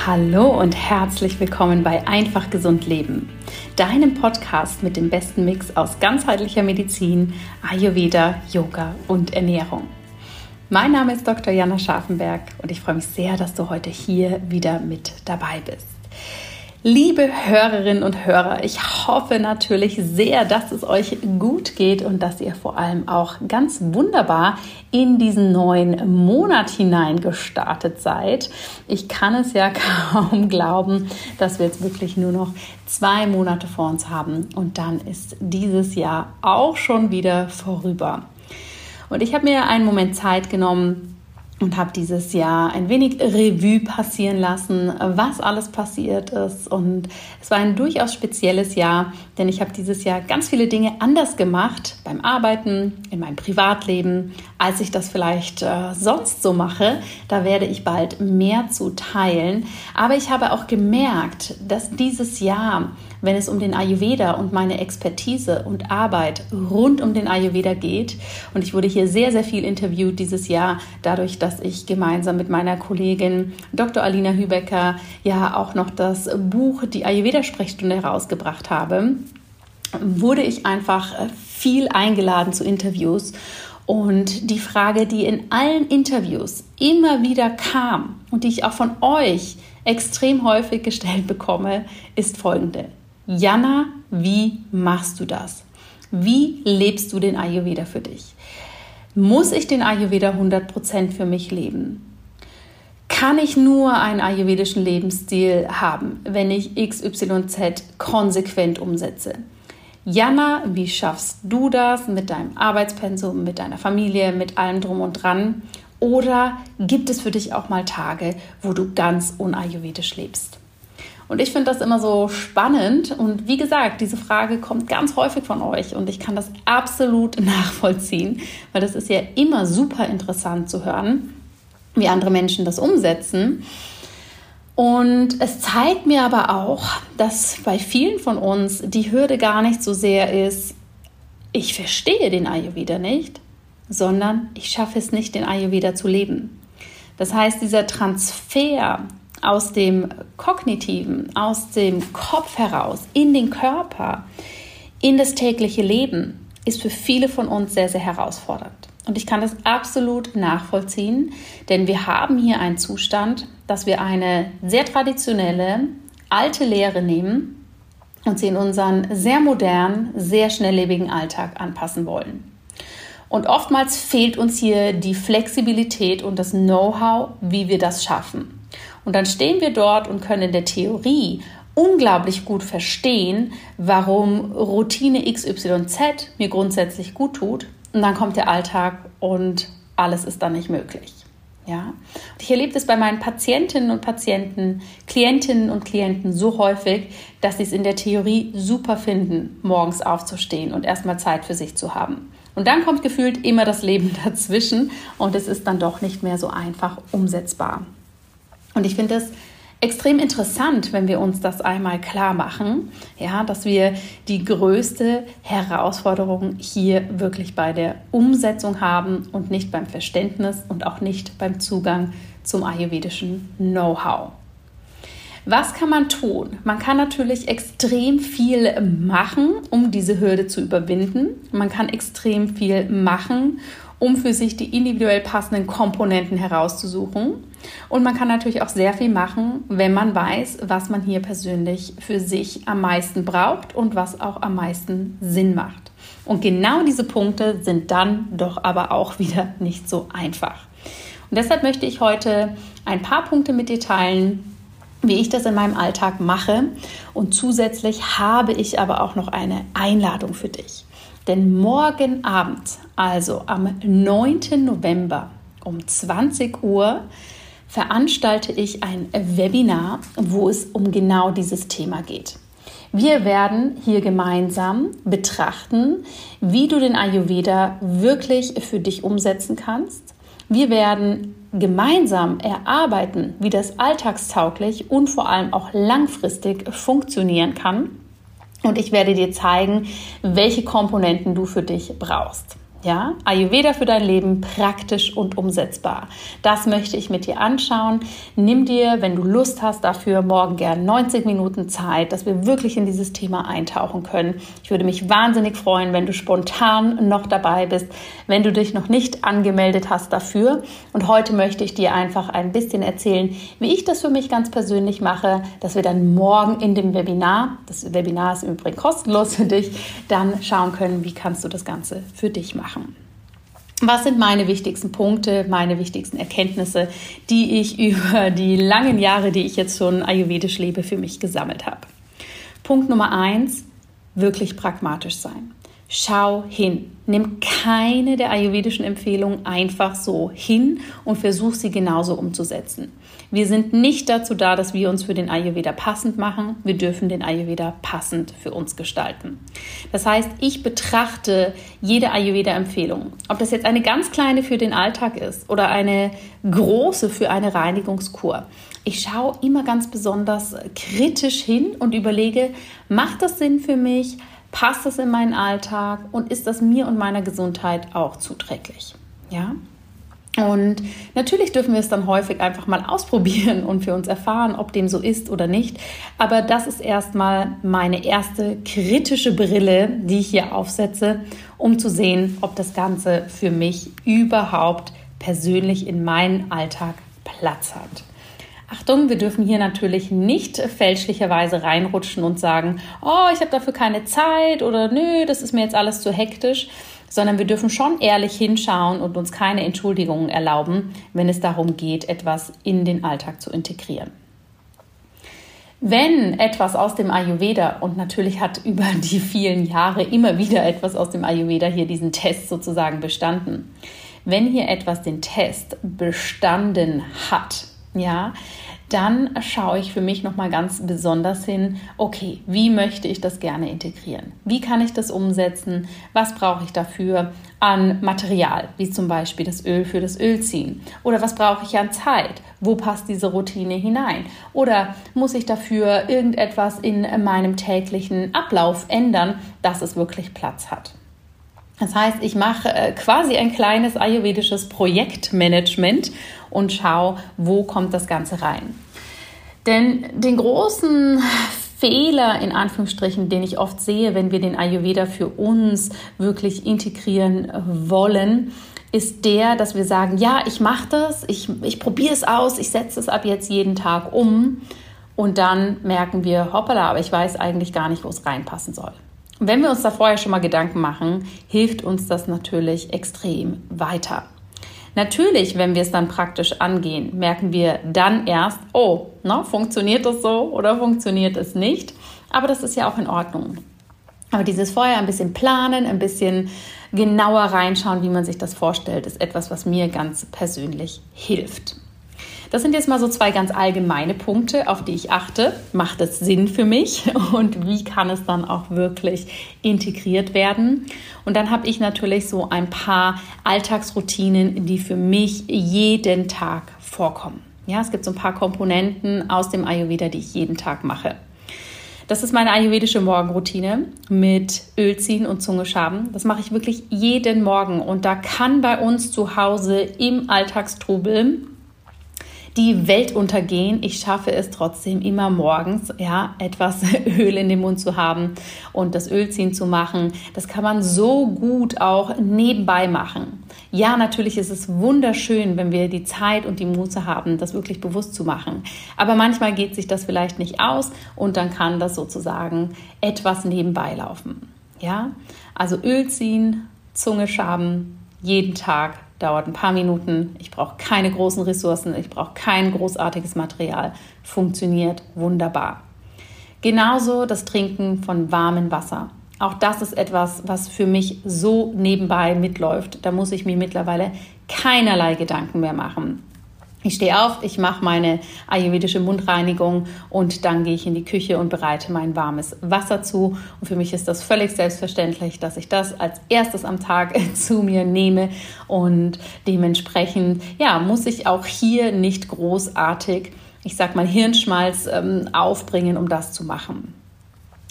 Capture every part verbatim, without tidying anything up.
Hallo und herzlich willkommen bei Einfach Gesund Leben, deinem Podcast mit dem besten Mix aus ganzheitlicher Medizin, Ayurveda, Yoga und Ernährung. Mein Name ist Doktor Jana Scharfenberg und ich freue mich sehr, dass du heute hier wieder mit dabei bist. Liebe Hörerinnen und Hörer, ich hoffe natürlich sehr, dass es euch gut geht und dass ihr vor allem auch ganz wunderbar in diesen neuen Monat hinein gestartet seid. Ich kann es ja kaum glauben, dass wir jetzt wirklich nur noch zwei Monate vor uns haben und dann ist dieses Jahr auch schon wieder vorüber. Und ich habe mir einen Moment Zeit genommen und habe dieses Jahr ein wenig Revue passieren lassen, was alles passiert ist. Und es war ein durchaus spezielles Jahr, denn ich habe dieses Jahr ganz viele Dinge anders gemacht beim Arbeiten, in meinem Privatleben, als ich das vielleicht äh, sonst so mache. Da werde ich bald mehr zu teilen. Aber ich habe auch gemerkt, dass dieses Jahr, wenn es um den Ayurveda und meine Expertise und Arbeit rund um den Ayurveda geht, und ich wurde hier sehr, sehr viel interviewt dieses Jahr, dadurch, dass ich gemeinsam mit meiner Kollegin Doktor Alina Hübecker ja auch noch das Buch Die Ayurveda-Sprechstunde herausgebracht habe, wurde ich einfach viel eingeladen zu Interviews. Und die Frage, die in allen Interviews immer wieder kam und die ich auch von euch extrem häufig gestellt bekomme, ist folgende. Jana, wie machst du das? Wie lebst du den Ayurveda für dich? Muss ich den Ayurveda hundert Prozent für mich leben? Kann ich nur einen ayurvedischen Lebensstil haben, wenn ich X Y Z konsequent umsetze? Jana, wie schaffst du das mit deinem Arbeitspensum, mit deiner Familie, mit allem drum und dran? Oder gibt es für dich auch mal Tage, wo du ganz unayurvedisch lebst? Und ich finde das immer so spannend und wie gesagt, diese Frage kommt ganz häufig von euch und ich kann das absolut nachvollziehen, weil das ist ja immer super interessant zu hören, wie andere Menschen das umsetzen. Und es zeigt mir aber auch, dass bei vielen von uns die Hürde gar nicht so sehr ist, ich verstehe den Ayurveda nicht, sondern ich schaffe es nicht, den Ayurveda zu leben. Das heißt, dieser Transfer aus dem Kognitiven, aus dem Kopf heraus, in den Körper, in das tägliche Leben, ist für viele von uns sehr, sehr herausfordernd. Und ich kann das absolut nachvollziehen, denn wir haben hier einen Zustand, dass wir eine sehr traditionelle, alte Lehre nehmen und sie in unseren sehr modernen, sehr schnelllebigen Alltag anpassen wollen. Und oftmals fehlt uns hier die Flexibilität und das Know-how, wie wir das schaffen. Und dann stehen wir dort und können in der Theorie unglaublich gut verstehen, warum Routine X Y Z mir grundsätzlich gut tut. Und dann kommt der Alltag und alles ist dann nicht möglich. Ja? Und ich erlebe das bei meinen Patientinnen und Patienten, Klientinnen und Klienten so häufig, dass sie es in der Theorie super finden, morgens aufzustehen und erstmal Zeit für sich zu haben. Und dann kommt gefühlt immer das Leben dazwischen und es ist dann doch nicht mehr so einfach umsetzbar. Und ich finde es extrem interessant, wenn wir uns das einmal klar machen, ja, dass wir die größte Herausforderung hier wirklich bei der Umsetzung haben und nicht beim Verständnis und auch nicht beim Zugang zum ayurvedischen Know-how. Was kann man tun? Man kann natürlich extrem viel machen, um diese Hürde zu überwinden. Man kann extrem viel machen, um für sich die individuell passenden Komponenten herauszusuchen. Und man kann natürlich auch sehr viel machen, wenn man weiß, was man hier persönlich für sich am meisten braucht und was auch am meisten Sinn macht. Und genau diese Punkte sind dann doch aber auch wieder nicht so einfach. Und deshalb möchte ich heute ein paar Punkte mit dir teilen, wie ich das in meinem Alltag mache. Und zusätzlich habe ich aber auch noch eine Einladung für dich. Denn morgen Abend, also am neunten November um zwanzig Uhr, veranstalte ich ein Webinar, wo es um genau dieses Thema geht. Wir werden hier gemeinsam betrachten, wie du den Ayurveda wirklich für dich umsetzen kannst. Wir werden gemeinsam erarbeiten, wie das alltagstauglich und vor allem auch langfristig funktionieren kann. Und ich werde dir zeigen, welche Komponenten du für dich brauchst. Ja, Ayurveda für dein Leben, praktisch und umsetzbar. Das möchte ich mit dir anschauen. Nimm dir, wenn du Lust hast, dafür morgen gern neunzig Minuten Zeit, dass wir wirklich in dieses Thema eintauchen können. Ich würde mich wahnsinnig freuen, wenn du spontan noch dabei bist, wenn du dich noch nicht angemeldet hast dafür. Und heute möchte ich dir einfach ein bisschen erzählen, wie ich das für mich ganz persönlich mache, dass wir dann morgen in dem Webinar, das Webinar ist im Übrigen kostenlos für dich, dann schauen können, wie kannst du das Ganze für dich machen. Was sind meine wichtigsten Punkte, meine wichtigsten Erkenntnisse, die ich über die langen Jahre, die ich jetzt schon ayurvedisch lebe, für mich gesammelt habe? Punkt Nummer eins, wirklich pragmatisch sein. Schau hin. Nimm keine der ayurvedischen Empfehlungen einfach so hin und versuch sie genauso umzusetzen. Wir sind nicht dazu da, dass wir uns für den Ayurveda passend machen. Wir dürfen den Ayurveda passend für uns gestalten. Das heißt, ich betrachte jede Ayurveda-Empfehlung, ob das jetzt eine ganz kleine für den Alltag ist oder eine große für eine Reinigungskur. Ich schaue immer ganz besonders kritisch hin und überlege, macht das Sinn für mich? Passt das in meinen Alltag und ist das mir und meiner Gesundheit auch zuträglich? Ja? Und natürlich dürfen wir es dann häufig einfach mal ausprobieren und für uns erfahren, ob dem so ist oder nicht. Aber das ist erstmal meine erste kritische Brille, die ich hier aufsetze, um zu sehen, ob das Ganze für mich überhaupt persönlich in meinen Alltag Platz hat. Achtung, wir dürfen hier natürlich nicht fälschlicherweise reinrutschen und sagen, oh, ich habe dafür keine Zeit oder nö, das ist mir jetzt alles zu hektisch, sondern wir dürfen schon ehrlich hinschauen und uns keine Entschuldigungen erlauben, wenn es darum geht, etwas in den Alltag zu integrieren. Wenn etwas aus dem Ayurveda, und natürlich hat über die vielen Jahre immer wieder etwas aus dem Ayurveda hier diesen Test sozusagen bestanden, wenn hier etwas den Test bestanden hat, ja, dann schaue ich für mich nochmal ganz besonders hin, okay, wie möchte ich das gerne integrieren? Wie kann ich das umsetzen? Was brauche ich dafür an Material, wie zum Beispiel das Öl für das Ölziehen? Oder was brauche ich an Zeit? Wo passt diese Routine hinein? Oder muss ich dafür irgendetwas in meinem täglichen Ablauf ändern, dass es wirklich Platz hat? Das heißt, ich mache quasi ein kleines ayurvedisches Projektmanagement und schaue, wo kommt das Ganze rein. Denn den großen Fehler, in Anführungsstrichen, den ich oft sehe, wenn wir den Ayurveda für uns wirklich integrieren wollen, ist der, dass wir sagen, ja, ich mache das, ich, ich probiere es aus, ich setze es ab jetzt jeden Tag um und dann merken wir, hoppala, aber ich weiß eigentlich gar nicht, wo es reinpassen soll. Und wenn wir uns da vorher schon mal Gedanken machen, hilft uns das natürlich extrem weiter. Natürlich, wenn wir es dann praktisch angehen, merken wir dann erst, oh, ne, funktioniert das so oder funktioniert es nicht? Aber das ist ja auch in Ordnung. Aber dieses vorher ein bisschen planen, ein bisschen genauer reinschauen, wie man sich das vorstellt, ist etwas, was mir ganz persönlich hilft. Das sind jetzt mal so zwei ganz allgemeine Punkte, auf die ich achte. Macht es Sinn für mich und wie kann es dann auch wirklich integriert werden? Und dann habe ich natürlich so ein paar Alltagsroutinen, die für mich jeden Tag vorkommen. Ja, es gibt so ein paar Komponenten aus dem Ayurveda, die ich jeden Tag mache. Das ist meine ayurvedische Morgenroutine mit Ölziehen und Zunge schaben. Das mache ich wirklich jeden Morgen und da kann bei uns zu Hause im Alltagstrubel die Welt untergehen. Ich schaffe es trotzdem immer morgens, ja, etwas Öl in den Mund zu haben und das Ölziehen zu machen. Das kann man so gut auch nebenbei machen. Ja, natürlich ist es wunderschön, wenn wir die Zeit und die Muße haben, das wirklich bewusst zu machen. Aber manchmal geht sich das vielleicht nicht aus und dann kann das sozusagen etwas nebenbei laufen. Ja, also Ölziehen, Zunge schaben, jeden Tag. Dauert ein paar Minuten, ich brauche keine großen Ressourcen, ich brauche kein großartiges Material, funktioniert wunderbar. Genauso das Trinken von warmem Wasser. Auch das ist etwas, was für mich so nebenbei mitläuft. Da muss ich mir mittlerweile keinerlei Gedanken mehr machen. Ich stehe auf, ich mache meine ayurvedische Mundreinigung und dann gehe ich in die Küche und bereite mein warmes Wasser zu. Und für mich ist das völlig selbstverständlich, dass ich das als erstes am Tag zu mir nehme. Und dementsprechend ja, muss ich auch hier nicht großartig, ich sag mal, Hirnschmalz ähm, aufbringen, um das zu machen.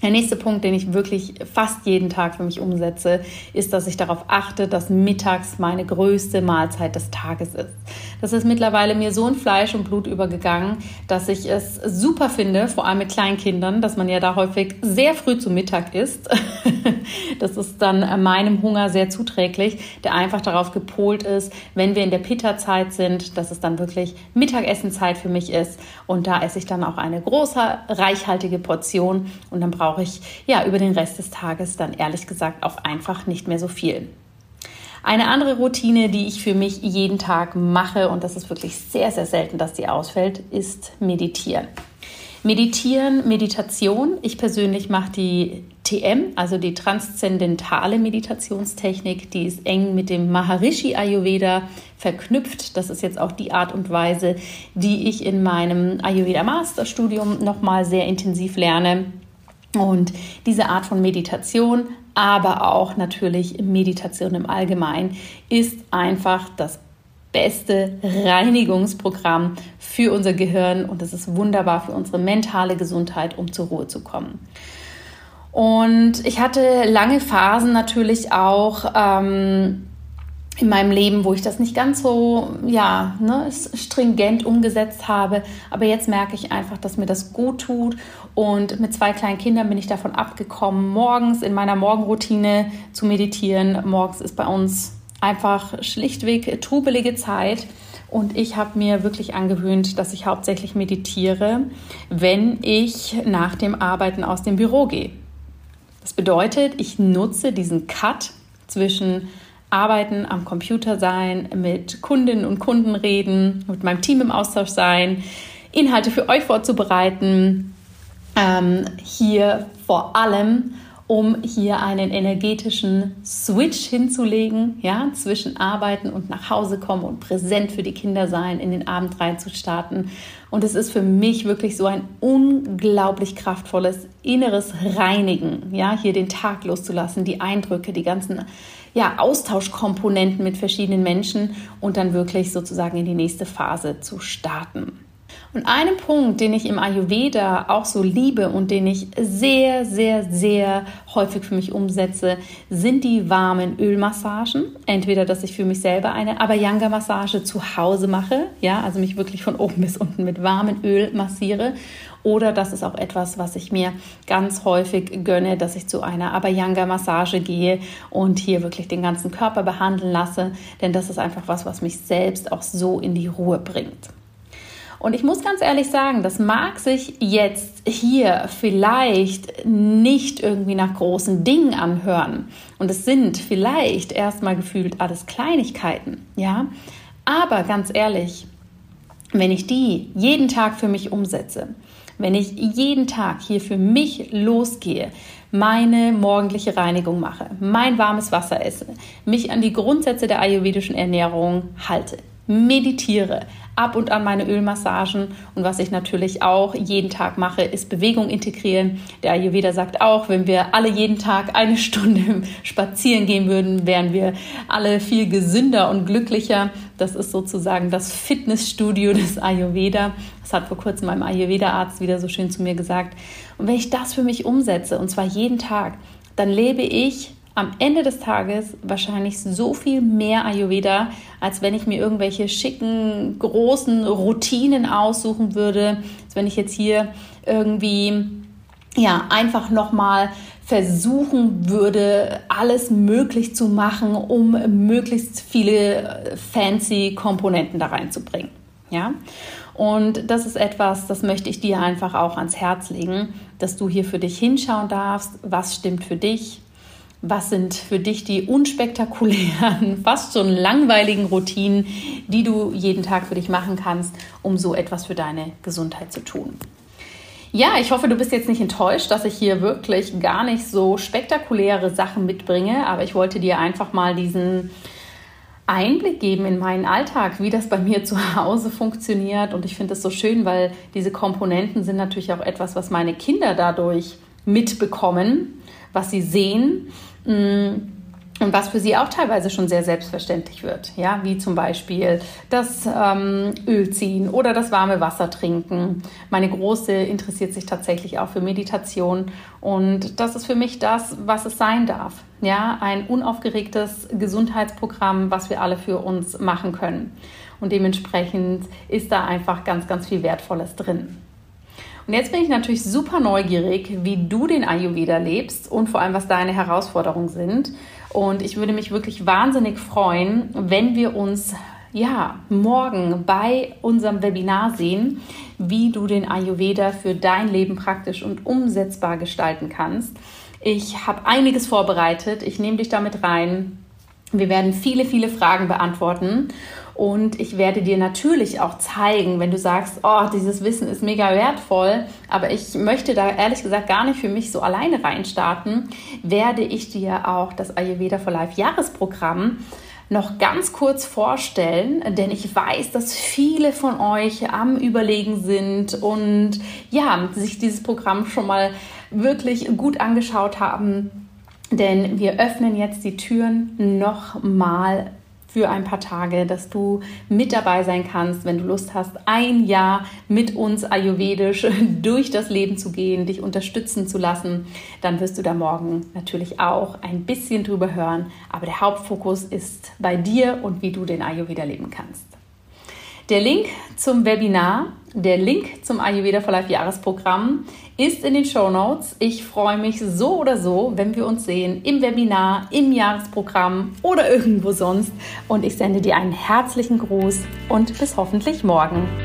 Der nächste Punkt, den ich wirklich fast jeden Tag für mich umsetze, ist, dass ich darauf achte, dass mittags meine größte Mahlzeit des Tages ist. Das ist mittlerweile mir so in Fleisch und Blut übergegangen, dass ich es super finde, vor allem mit Kleinkindern, dass man ja da häufig sehr früh zu Mittag isst. Das ist dann meinem Hunger sehr zuträglich, der einfach darauf gepolt ist, wenn wir in der Pitta-Zeit sind, dass es dann wirklich Mittagessenzeit für mich ist. Und da esse ich dann auch eine große, reichhaltige Portion und dann brauche ich ja über den Rest des Tages dann ehrlich gesagt auch einfach nicht mehr so viel. Eine andere Routine, die ich für mich jeden Tag mache, und das ist wirklich sehr, sehr selten, dass die ausfällt, ist Meditieren. Meditieren, Meditation. Ich persönlich mache die T M, also die transzendentale Meditationstechnik, die ist eng mit dem Maharishi Ayurveda verknüpft. Das ist jetzt auch die Art und Weise, die ich in meinem Ayurveda Masterstudium nochmal sehr intensiv lerne. Und diese Art von Meditation, aber auch natürlich Meditation im Allgemeinen, ist einfach das beste Reinigungsprogramm für unser Gehirn und es ist wunderbar für unsere mentale Gesundheit, um zur Ruhe zu kommen. Und ich hatte lange Phasen natürlich auch ähm, in meinem Leben, wo ich das nicht ganz so ja, ne, stringent umgesetzt habe. Aber jetzt merke ich einfach, dass mir das gut tut. Und mit zwei kleinen Kindern bin ich davon abgekommen, morgens in meiner Morgenroutine zu meditieren. Morgens ist bei uns einfach schlichtweg trubelige Zeit. Und ich habe mir wirklich angewöhnt, dass ich hauptsächlich meditiere, wenn ich nach dem Arbeiten aus dem Büro gehe. Das bedeutet, ich nutze diesen Cut zwischen Arbeiten, am Computer sein, mit Kundinnen und Kunden reden, mit meinem Team im Austausch sein, Inhalte für euch vorzubereiten, ähm, hier vor allem, um hier einen energetischen Switch hinzulegen, ja, zwischen Arbeiten und nach Hause kommen und präsent für die Kinder sein, in den Abend reinzustarten. Und es ist für mich wirklich so ein unglaublich kraftvolles inneres Reinigen, ja, hier den Tag loszulassen, die Eindrücke, die ganzen ja, Austauschkomponenten mit verschiedenen Menschen und dann wirklich sozusagen in die nächste Phase zu starten. Und einen Punkt, den ich im Ayurveda auch so liebe und den ich sehr, sehr, sehr häufig für mich umsetze, sind die warmen Ölmassagen. Entweder, dass ich für mich selber eine Abhyanga-Massage zu Hause mache, ja, also mich wirklich von oben bis unten mit warmem Öl massiere. Oder das ist auch etwas, was ich mir ganz häufig gönne, dass ich zu einer Abhyanga-Massage gehe und hier wirklich den ganzen Körper behandeln lasse. Denn das ist einfach was, was mich selbst auch so in die Ruhe bringt. Und ich muss ganz ehrlich sagen, das mag sich jetzt hier vielleicht nicht irgendwie nach großen Dingen anhören. Und es sind vielleicht erstmal gefühlt alles Kleinigkeiten, ja. Aber ganz ehrlich, wenn ich die jeden Tag für mich umsetze, wenn ich jeden Tag hier für mich losgehe, meine morgendliche Reinigung mache, mein warmes Wasser esse, mich an die Grundsätze der ayurvedischen Ernährung halte, meditiere, ab und an meine Ölmassagen und was ich natürlich auch jeden Tag mache, ist Bewegung integrieren. Der Ayurveda sagt auch, wenn wir alle jeden Tag eine Stunde spazieren gehen würden, wären wir alle viel gesünder und glücklicher. Das ist sozusagen das Fitnessstudio des Ayurveda. Das hat vor kurzem mein Ayurveda-Arzt wieder so schön zu mir gesagt. Und wenn ich das für mich umsetze, und zwar jeden Tag, dann lebe ich am Ende des Tages wahrscheinlich so viel mehr Ayurveda, als wenn ich mir irgendwelche schicken, großen Routinen aussuchen würde, als wenn ich jetzt hier irgendwie ja, einfach nochmal versuchen würde, alles möglich zu machen, um möglichst viele fancy Komponenten da reinzubringen. Ja? Und das ist etwas, das möchte ich dir einfach auch ans Herz legen, dass du hier für dich hinschauen darfst, was stimmt für dich. Was sind für dich die unspektakulären, fast schon langweiligen Routinen, die du jeden Tag für dich machen kannst, um so etwas für deine Gesundheit zu tun? Ja, ich hoffe, du bist jetzt nicht enttäuscht, dass ich hier wirklich gar nicht so spektakuläre Sachen mitbringe, aber ich wollte dir einfach mal diesen Einblick geben in meinen Alltag, wie das bei mir zu Hause funktioniert. Und ich finde es so schön, weil diese Komponenten sind natürlich auch etwas, was meine Kinder dadurch mitbekommen, was sie sehen. Und was für sie auch teilweise schon sehr selbstverständlich wird, ja, wie zum Beispiel das ähm, Öl ziehen oder das warme Wasser trinken. Meine Große interessiert sich tatsächlich auch für Meditation und das ist für mich das, was es sein darf. Ja, ein unaufgeregtes Gesundheitsprogramm, was wir alle für uns machen können. Und dementsprechend ist da einfach ganz, ganz viel Wertvolles drin. Und jetzt bin ich natürlich super neugierig, wie du den Ayurveda lebst und vor allem, was deine Herausforderungen sind. Und ich würde mich wirklich wahnsinnig freuen, wenn wir uns ja morgen bei unserem Webinar sehen, wie du den Ayurveda für dein Leben praktisch und umsetzbar gestalten kannst. Ich habe einiges vorbereitet. Ich nehme dich damit rein. Wir werden viele, viele Fragen beantworten. Und ich werde dir natürlich auch zeigen, wenn du sagst, oh, dieses Wissen ist mega wertvoll, aber ich möchte da ehrlich gesagt gar nicht für mich so alleine reinstarten, werde ich dir auch das Ayurveda for Life Jahresprogramm noch ganz kurz vorstellen, denn ich weiß, dass viele von euch am Überlegen sind und ja, sich dieses Programm schon mal wirklich gut angeschaut haben, denn wir öffnen jetzt die Türen noch mal für ein paar Tage, dass du mit dabei sein kannst, wenn du Lust hast, ein Jahr mit uns ayurvedisch durch das Leben zu gehen, dich unterstützen zu lassen, dann wirst du da morgen natürlich auch ein bisschen drüber hören. Aber der Hauptfokus ist bei dir und wie du den Ayurveda leben kannst. Der Link zum Webinar, der Link zum Ayurveda for Life Jahresprogramm ist in den Shownotes. Ich freue mich so oder so, wenn wir uns sehen im Webinar, im Jahresprogramm oder irgendwo sonst. Und ich sende dir einen herzlichen Gruß und bis hoffentlich morgen.